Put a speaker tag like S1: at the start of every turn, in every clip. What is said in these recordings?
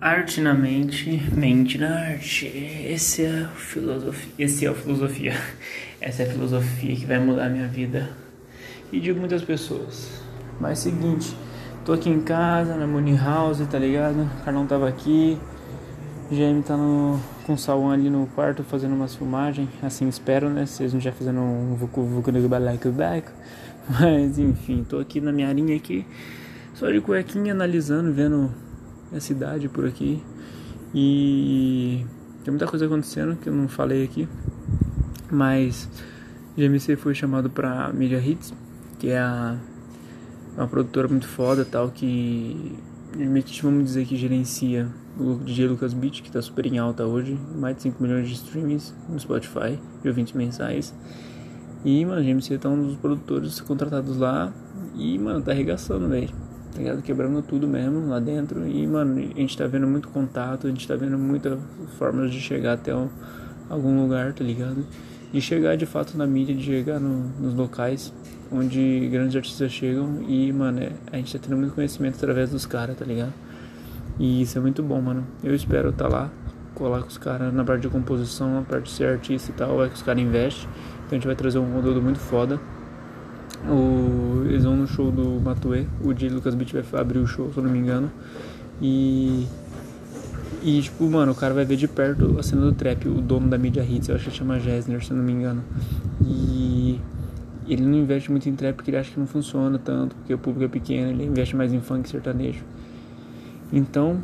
S1: Arte na mente, mente na arte. Essa é a filosofia. Essa é a filosofia que vai mudar a minha vida e de muitas pessoas. Mas seguinte, tô aqui em casa, na Money House, tá ligado? O Carlão tava aqui, GM tá com o Sauan ali no quarto fazendo umas filmagens. Assim espero, né? Vocês não já fizeram um vucu no balaco. Mas enfim, tô aqui na minha arinha aqui, só de cuequinha, analisando, vendo a cidade por aqui. E tem muita coisa acontecendo que eu não falei aqui, mas GMC foi chamado pra Media Hits, que é uma produtora muito foda, tal, que vamos dizer que gerencia o DJ Lucas Beat, que tá super em alta hoje, mais de 5 milhões de streams no Spotify, de ouvintes mensais. E, mano, a GMC tá um dos produtores contratados lá e, mano, tá arregaçando, velho. Tá ligado? Quebrando tudo mesmo lá dentro. E, mano, a gente tá vendo muito contato, a gente tá vendo muitas formas de chegar até algum lugar, tá ligado? De chegar de fato na mídia, de chegar nos locais onde grandes artistas chegam. E, mano, a gente tá tendo muito conhecimento através dos caras, tá ligado? E isso é muito bom, mano. Eu espero tá lá, colar com os caras na parte de composição, na parte de ser artista e tal, é que os caras investem. Então a gente vai trazer um conteúdo muito foda. Eles vão no show do Matuê, o DJ Lucas Beat vai abrir o show, se eu não me engano. E tipo, mano, o cara vai ver de perto a cena do trap, o dono da Media Hits, eu acho que chama Gessner, se eu não me engano. E ele não investe muito em trap porque ele acha que não funciona tanto, porque o público é pequeno, ele investe mais em funk sertanejo. Então,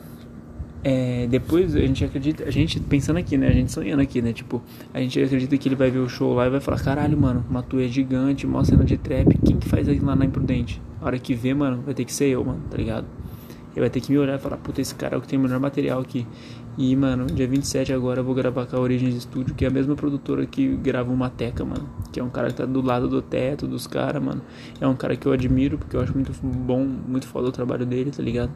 S1: depois a gente pensando aqui, né, a gente sonhando aqui, né, tipo, a gente acredita que ele vai ver o show lá e vai falar, caralho, mano, Matuê é gigante, mó cena de trap, quem que faz aquilo lá na Imprudente? A hora que vê, mano, vai ter que ser eu, mano, tá ligado? Ele vai ter que me olhar e falar, puta, esse cara é o que tem o melhor material aqui. E, mano, dia 27 agora eu vou gravar com a Origins Studio, que é a mesma produtora que grava o Mateca, mano, que é um cara que tá do lado do teto dos caras, mano. É um cara que eu admiro, porque eu acho muito bom, muito foda o trabalho dele, tá ligado?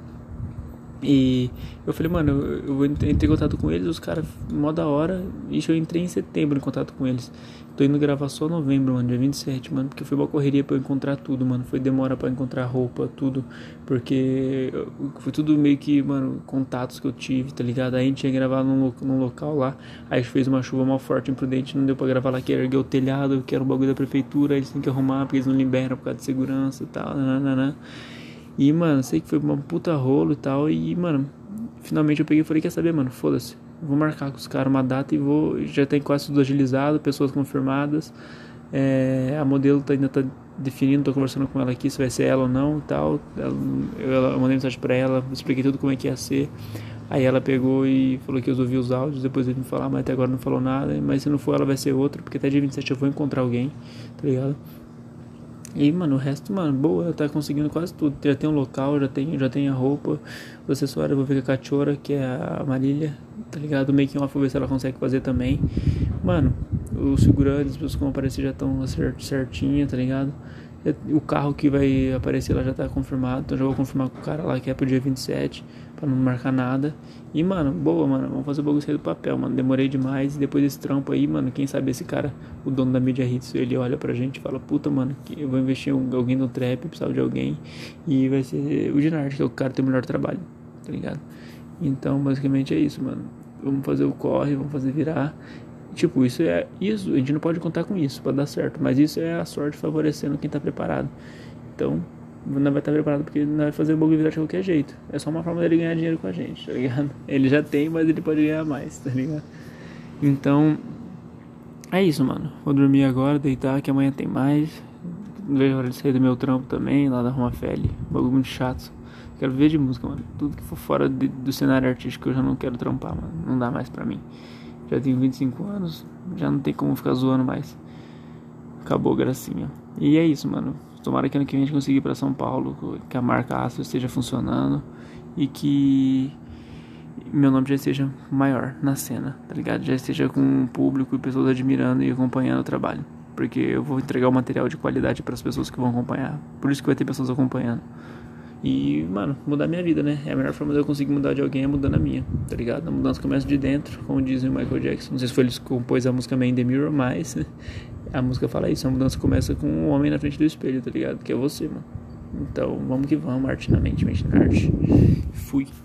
S1: E eu falei, mano, eu vou entrar em contato com eles, os caras, mó da hora. Ixi, eu entrei em setembro em contato com eles. Tô indo gravar só novembro, mano, dia 27, mano, porque foi uma correria pra eu encontrar tudo, mano. Foi demora pra encontrar roupa, tudo, porque foi tudo meio que, mano, contatos que eu tive, tá ligado? Aí a gente ia gravar num local lá, aí fez uma chuva mal forte, imprudente, não deu pra gravar lá, que erguer o telhado, que era um bagulho da prefeitura, aí eles têm que arrumar, porque eles não liberam por causa de segurança e tal, nananana. E, mano, sei que foi uma puta rolo e tal. E, mano, finalmente eu peguei e falei, quer saber, mano, foda-se, vou marcar com os caras uma data e vou. Já tem quase tudo agilizado, pessoas confirmadas. A modelo ainda tá definindo, tô conversando com ela aqui se vai ser ela ou não e tal. Eu mandei mensagem pra ela, expliquei tudo como é que ia ser. Aí ela pegou e falou que eu ouvi os áudios, depois ele me falar, mas até agora não falou nada. Mas se não for ela vai ser outra, porque até dia 27 eu vou encontrar alguém, tá ligado? E, mano, o resto, mano, boa, tá conseguindo quase tudo. Já tem um local, já tem a roupa, o acessório, eu vou ver com a Cachora, que é a Marília, tá ligado? O making off, vou ver se ela consegue fazer também. Mano, os figurantes, as pessoas que vão aparecer já estão certinho, tá ligado? O carro que vai aparecer lá já tá confirmado, então já vou confirmar com o cara lá que é pro dia 27, pra não marcar nada. E, mano, boa, mano, vamos fazer o bagulho sair do papel, mano, demorei demais. E depois desse trampo aí, mano, quem sabe esse cara, o dono da Media Hits, ele olha pra gente e fala, puta, mano, que eu vou investir em alguém no trap, precisava de alguém, e vai ser o Dinard, que é o cara que tem o melhor trabalho, tá ligado? Então, basicamente é isso, mano, vamos fazer o corre, vamos fazer virar. Tipo, isso, a gente não pode contar com isso pra dar certo, mas isso é a sorte favorecendo quem tá preparado. Então, não vai estar preparado porque não vai fazer o bagulho virar de qualquer jeito. É só uma forma dele ganhar dinheiro com a gente, tá ligado? Ele já tem, mas ele pode ganhar mais, tá ligado? Então, é isso, mano. Vou dormir agora, deitar, que amanhã tem mais. Não vejo a hora de sair do meu trampo também, lá da Romafeli. Bagulho muito chato. Quero viver de música, mano. Tudo que for fora do cenário artístico eu já não quero trampar, mano. Não dá mais pra mim. Já tenho 25 anos, já não tem como ficar zoando mais. Acabou, gracinha. E é isso, mano. Tomara que ano que vem a gente consiga ir pra São Paulo, que a marca Astro esteja funcionando e que meu nome já esteja maior na cena, tá ligado? Já esteja com um público e pessoas admirando e acompanhando o trabalho. Porque eu vou entregar o material de qualidade para as pessoas que vão acompanhar. Por isso que vai ter pessoas acompanhando. E, mano, mudar minha vida, né? É a melhor forma de eu conseguir mudar de alguém é mudando a minha, tá ligado? A mudança começa de dentro, como diz o Michael Jackson. Não sei se foi ele que compôs a música Man in the Mirror, mas a música fala isso. A mudança começa com um homem na frente do espelho, tá ligado? Que é você, mano. Então, vamos que vamos, arte na mente na arte. Fui.